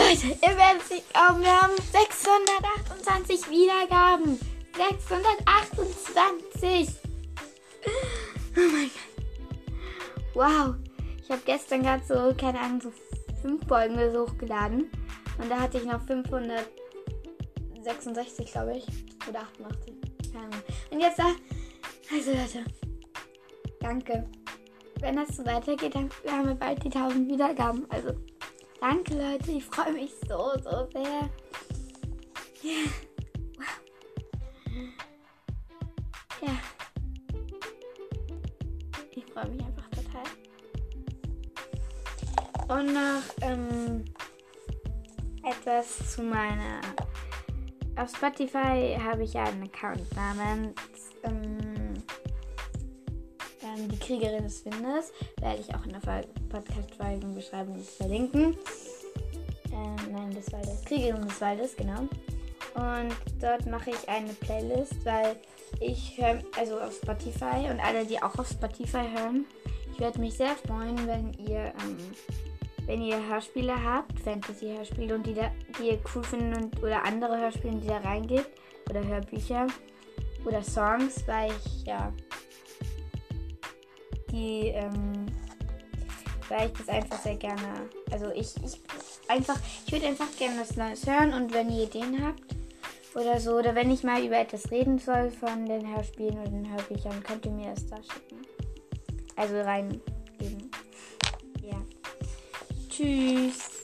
Leute, ihr werdet es nicht glauben, wir haben 628 Wiedergaben. 628. Oh mein Gott. Wow. Ich habe gestern gerade so, keine Ahnung, so 5 Folgen oder so hochgeladen. Und da hatte ich noch 566, glaube ich. Oder 88. Keine Ahnung. Und jetzt da. Also Leute. Danke. Wenn das so weitergeht, dann haben wir bald die 1000 Wiedergaben. Also, danke Leute. Ich freue mich so, so sehr. Ja. Wow. Ja. Ich freue mich einfach total. Und noch etwas zu meiner... Auf Spotify habe ich ja einen Account namens die Kriegerin des Windes. Werde ich auch in der Podcast-Folgenbeschreibung verlinken. Nein, des Waldes. Kriegerin des Waldes, genau. Und dort mache ich eine Playlist, weil ich höre, also auf Spotify und alle, die auch auf Spotify hören, ich würde mich sehr freuen, wenn ihr Hörspiele habt, Fantasy-Hörspiele und die ihr cool findet oder andere Hörspiele, die da reingebt oder Hörbücher oder Songs, weil ich weil ich das einfach sehr gerne, also ich würde einfach gerne was Neues hören und wenn ihr Ideen habt oder so, oder wenn ich mal über etwas reden soll von den Hörspielen oder den Hörbüchern, könnt ihr mir das da schicken. Also reingeben. Ja. Tschüss.